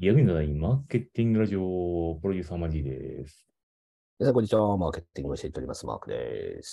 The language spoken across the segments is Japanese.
ヤミのないマーケティングラジオプロデューサーマジーです。 皆さん、こんにちは。マーケティングを教えております。マークです。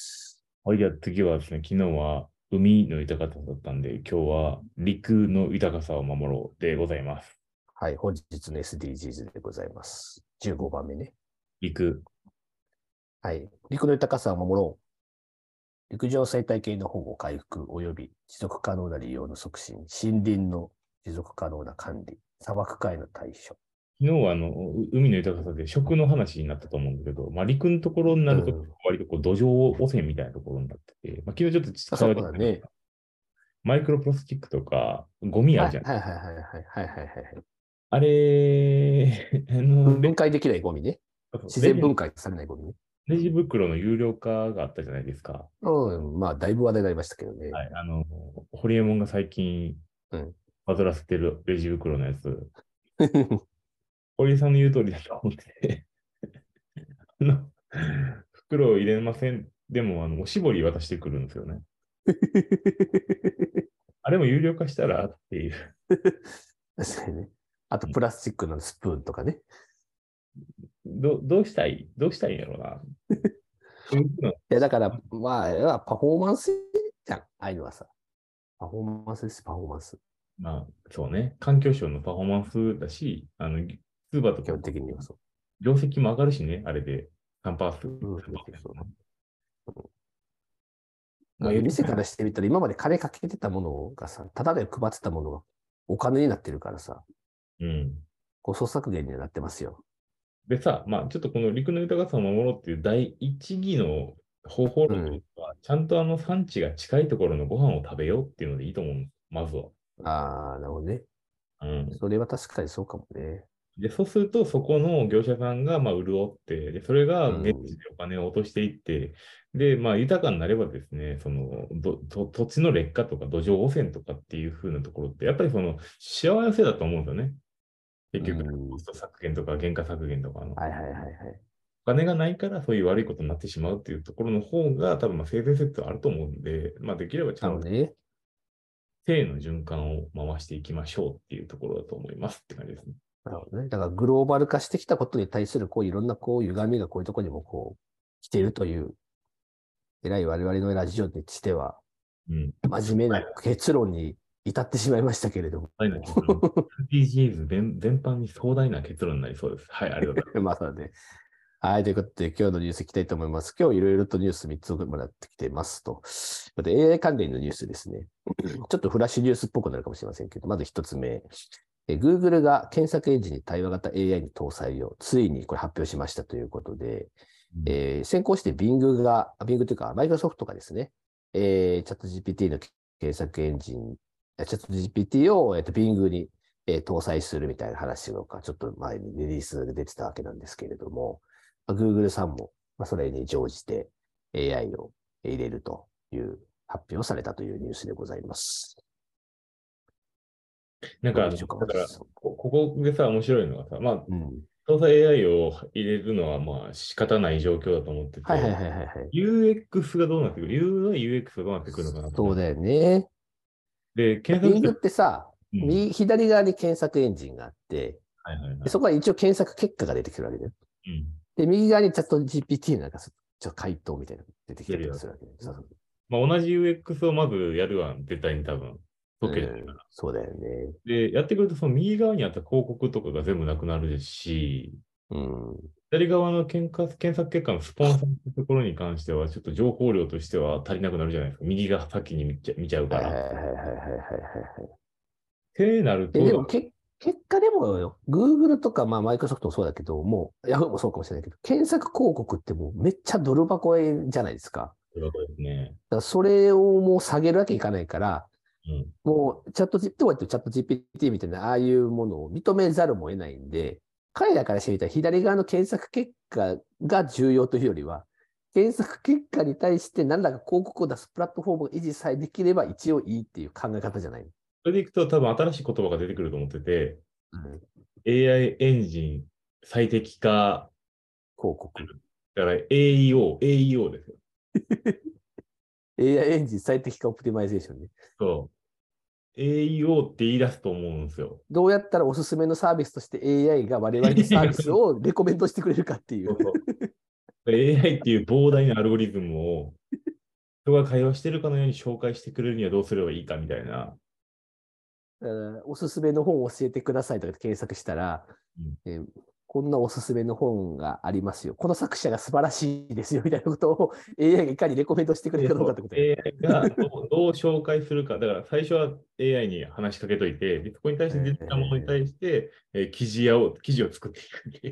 はい、じゃあ次はですね、昨日は海の豊かさだったんで、今日は陸の豊かさを守ろうでございます。 はい、本日の SDGs でございます。15番目ね。 陸。 はい。陸の豊かさを守ろう。陸上生態系の保護、回復、及び持続可能な利用の促進、森林の持続可能な管理、砂漠化への対処。 昨日は海の豊かさで食の話になったと思うんだけど、まあ、陸のところになるとうん。 割とこう土壌汚染みたいなところになってて、まあ、昨日ちょっとそ会話でうだね。 マイクロプラスチックとかゴミあはい、 るじゃん。 はい、はい、はい、はい、はい、はい。はい。 あれ、 分解できないゴミね。自レジ、 然分解されないゴミね。 レジ袋の有料化があったじゃないですか。 うん。まあ、だいぶ話題になりましたけどね。 はい。ホリエモンが最近うん。 バズらせてるレジ袋のやつ、堀井さんの言う通りだと思ってて、あの袋を入れません。でも、おしぼり渡してくるんですよね。あれも有料化したらっていう。 確かにね。あと、 うんプラスチックのスプーンとかね。 どうしたいんやろうな。そういうのいや、だから、まあ、パフォーマンスじゃん。ああいうのはさ。パフォーマンスです、パフォーマンス。 まあ、そうね。環境省のパフォーマンスだし、スーパーとか、 基本的にはそ業績も上がるしね、あれで3%、 う。うん、 3% そね。 う。 まあ、言う店からしてみたら、今まで金かけてたものがさ、ただで配ってたものがお金になってるからさ、 うん。 コスト削減にはなってますよ。 でさ、まあ、ちょっとこの陸の豊かさを守ろうっていう第一義の方法論としうん。 ては、ちゃんと産地が近いところのご飯を食べようっていうのでいいと思うんです。まずは。 ああ、なるほどね。 うん。 それは確かにそうかもね。 で、そうすると、そこの業者さんが、まあ、潤って、で、それがう現地ん。 でお金を落としていって、で、まあ、豊かになればですね、土地の劣化とか土壌汚染とかっていう風なところって、やっぱり幸せだと思うんですよね。結う局、コん。 スト削減とか原価削減とかはいはいはいはい。 お金がないからそういう悪いことになってしまうっていうところの方が多分性善説はあると思うんで、まあできればちゃんとなのでね。 正の循環を回していきましょうっていうところだと思いますって感じですね。 なるほどね。だからグローバル化してきたことに対する、いろんな歪みがこういうところにも来ているという、偉い我々のラジオにしては、 うん。 真面目な結論に至ってしまいましたけれども。 壮大な結論。SDGs 全般に壮大な結論になりそうです。はい、ありがとうございます。 まあ、そうだね。はい。ということで、今日のニュースいきたいと思います。今日いろいろとニュース3つもらってきてますと。で AI 関連のニュースですね。ちょっとフラッシュニュースっぽくなるかもしれませんけど、まず1つ目。Google が検索エンジンに対話型 AI に搭載をついにこれ発表しましたということで、 うん。 先行して Bing というか、マイクロソフトがですね、チャット GPT の検索エンジン、チャット GPT を、Bing に、搭載するみたいな話がちょっと前にリリースで出てたわけなんですけれども、Google さんも、それに乗じて AI を入れるという発表されたというニュースでございます。 なんかどうでしょうか、 だから、 松さん。 ここでさ、面白いのがさ、まあ、 うん。 搭載 AI を入れるのはまあ仕方ない状況だと思ってて、 はいはいはいはいはい。 UX がどうなってくる ?UI、UX がどうなってくるのかなと思って。 そうだよね。 で、検索 Bing っして、 てさ、 うん。 左側に検索エンジンがあって、 はいはいはい。 でそこは一応検索結果が出てくるわけだよ。 うん。 で、右側にチャット GPT のなんかちょっと回答みたいなのが出てきたりやるよ。 とかするわけで。そうそう。 まあ、同じ UX をまずやるわ、絶対に多分。解けないかうん、 ら。 そうだよね。 で、やってくると、その右側にあった広告とかが全部なくなるし、 うん。 左側の検索結果のスポンサーのところに関しては、ちょっと情報量としては足りなくなるじゃないですか。右が先に見ちゃうから。っはいはいはいはいはいはいはい。 てなると、 でも結果でもよ、Google とか、まあ、マイクロソフトもそうだけど、もう、Yahoo もそうかもしれないけど、検索広告ってもうめっちゃドル箱じゃないですか。 というわけですね。 だからそれをもう下げるわけいかないから、 うん。 もうチャット GPT とは言ってチャット GPT みたいな、ああいうものを認めざるも得ないんで、彼らからしてみたら左側の検索結果が重要というよりは、検索結果に対して何らか広告を出すプラットフォームが維持さえできれば一応いいっていう考え方じゃない。 それでいくと、多分新しい言葉が出てくると思ってて、 うん、 AI エンジン最適化、 広告。 だから AEO ですよ。 AI エンジン最適化オプティマイゼーションね。 そう。っ AEO って言い出すと思うんですよ。 どうやったらおすすめのサービスとして AI が我々のサービスをレコメントしてくれるかっていう。 そうそう。AI っていう膨大なアルゴリズムを人が会話してるかのように紹介してくれるにはどうすればいいかみたいな。 おすすめの本を教えてくださいとかで検索したら、 うんこんなおすすめの本がありますよ。この作者が素晴らしいですよみたいなことを AI がいかにレコメントしてくれるかどうかってことや。 AI がどう紹介するか。だから最初は AI に話しかけといて、でそこに対して出てきたものに対して、記事を作っていくっていう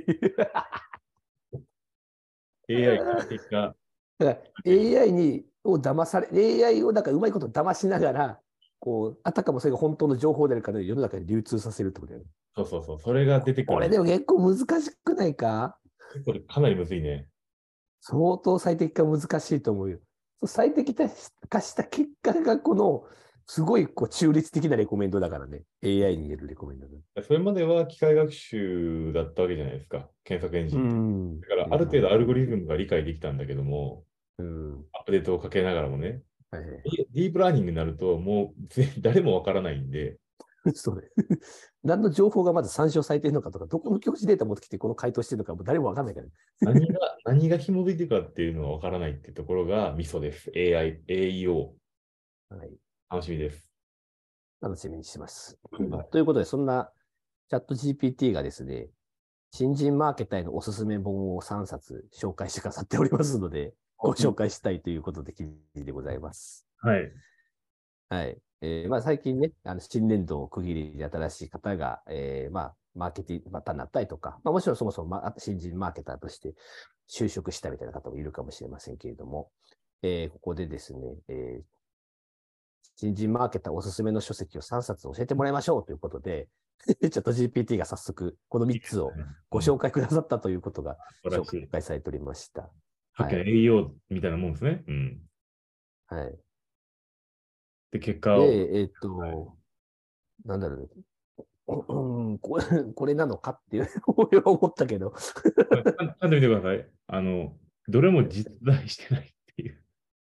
。AI が結果、 だから AI を騙され、AI をだからうまいこと騙しながら、こう、あたかもそれが本当の情報であるかのように世の中に流通させるってことだよね。 そうそうそう、それが出てくるの。 これでも結構難しくないか？ 結構かなりむずいね。 相当最適化難しいと思うよ。最適化した結果がこの、すごいこう中立的なレコメンドだからね。AI に言えるレコメンドだ。 それまでは機械学習だったわけじゃないですか、検索エンジうンって。 ん。 だからある程度アルゴリズムが理解できたんだけども、 うん。 アップデートをかけながらもね、 はいはい。 ディープラーニングになるともう誰もわからないんで、 そうね。何の情報がまず参照されているのかとか、どこの教師データ持ってきてこの回答してるのか、もう誰もわかんないからね。 何が紐づいてるかっていうのがわからないっていうところがミソです。AEO。 はい。 楽しみです。 楽しみにします。 はい。 ということで、そんなチャット GPT がですね、新人マーケターへのおすすめ本を3冊紹介してくださっておりますので、ご紹介したいということで記事でございます。 はい。 はい。まあ、最近ね、新年度を区切りで新しい方が、まあ、マーケティング、またなったりとか、まあ、もちろんそもそも、新人マーケターとして就職したみたいな方もいるかもしれませんけれども、ここでですね、新人マーケターおすすめの書籍を3冊教えてもらいましょうということで、チャット GPT が早速この3つをごうん。 紹介くださったということが紹素晴らしい。 介されておりました。 さっきのはい。 AEO みたいなもんですね。うん。 はい。 で、結果を。 で、 はい。 なんだろうね。これなのかっていう俺は思ったけど。 ちゃんと見てください。どれも実在してないっていう。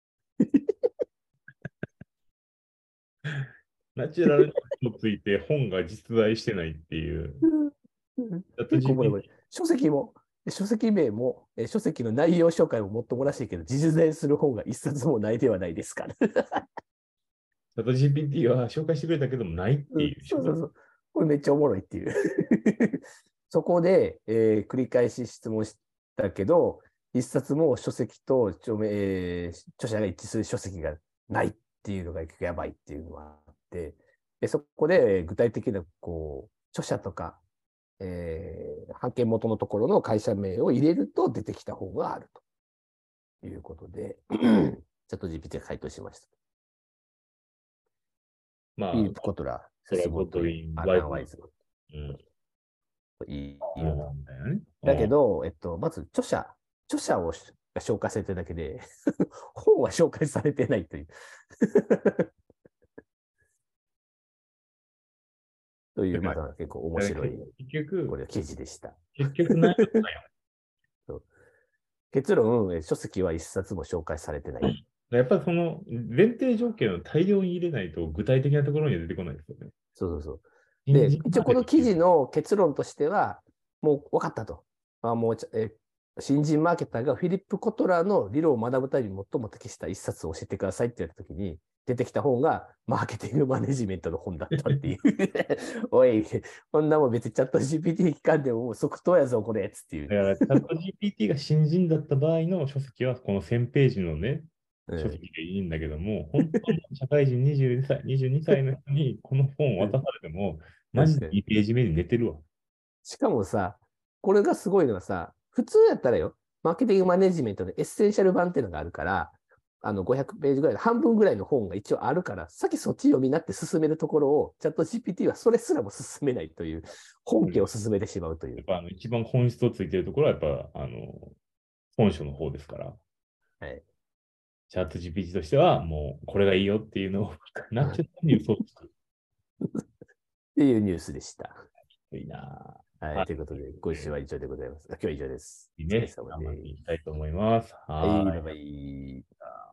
ナチュラルに嘘ついて本が実在してないっていう。チャット結構これ、 GPT。 書籍名も、書籍の内容紹介ももっともらしいけど、実在する本が一冊もないではないですから。 チャット GPT は紹介してくれたけどもないってうん、 いうでしょ。 そうそうそう。これめっちゃおもろいっていう。そこで、繰り返し質問したけど、一冊も書籍と著者が一致する書籍がないっていうのがやばいっていうのがあって、そこで具体的なこう著者とか、版権元のところの会社名を入れると出てきた本があるということで、チャット GPT が回答しました。フィリップ・まあ、 コトラ、セス・それはゴッモントン、 ドウィン・アラン・ワイズマン。 ワイズマンうん。 といると。 うんだよね。うん。 だけど、まず著者を紹介されてるだけで本は紹介されてないというという、 だから、 まだ結構面白い、 結局、 これ記事でした。 何やったんや。 結論、書籍は一冊も紹介されてない。 やっぱりその前提条件を大量に入れないと具体的なところには出てこないですよね。 そうそうそう。で、 新人一応このマーケットっていう。 記事の結論としては、もう分かったと。もう新人マーケターがフィリップ・コトラーの理論を学ぶために最も適した一冊を教えてくださいって言ったときに、出てきた本がマーケティングマネジメントの本だったっていうおい、こんなもん別にチャット GPT 機関でも即答やぞ、これっつっていう。 だから、チャット GPT が新人だった場合の書籍はこの1000ページのね、書うん、 籍でいいんだけども、本当の社会人22歳の人にこの本を渡されても、マジで確かに。 2ページ目に寝てるわ。 しかもさ、これがすごいのはさ、普通やったらよ、マーケティングマネジメントのエッセンシャル版っていうのがあるから、500ページぐらい、半分ぐらいの本が一応あるから、さっきそっち読みになって進めるところを、チャット GPT はそれすらも進めないという、本家を進めてしまうという。 やっぱ一番本質をついてるところはやっぱ本書の方ですから、 はい。 チャット GPT としてはもうこれがいいよっていうのをナチュラルに嘘をつく。 っていうニュースでした。 いいなぁ。 はい。 はい。 ということで、今週は以上でございます。今日は以上です。お疲れいいね。 様で頑張っていきす。 たいと思います。 はい。 はーい。 バイバイ。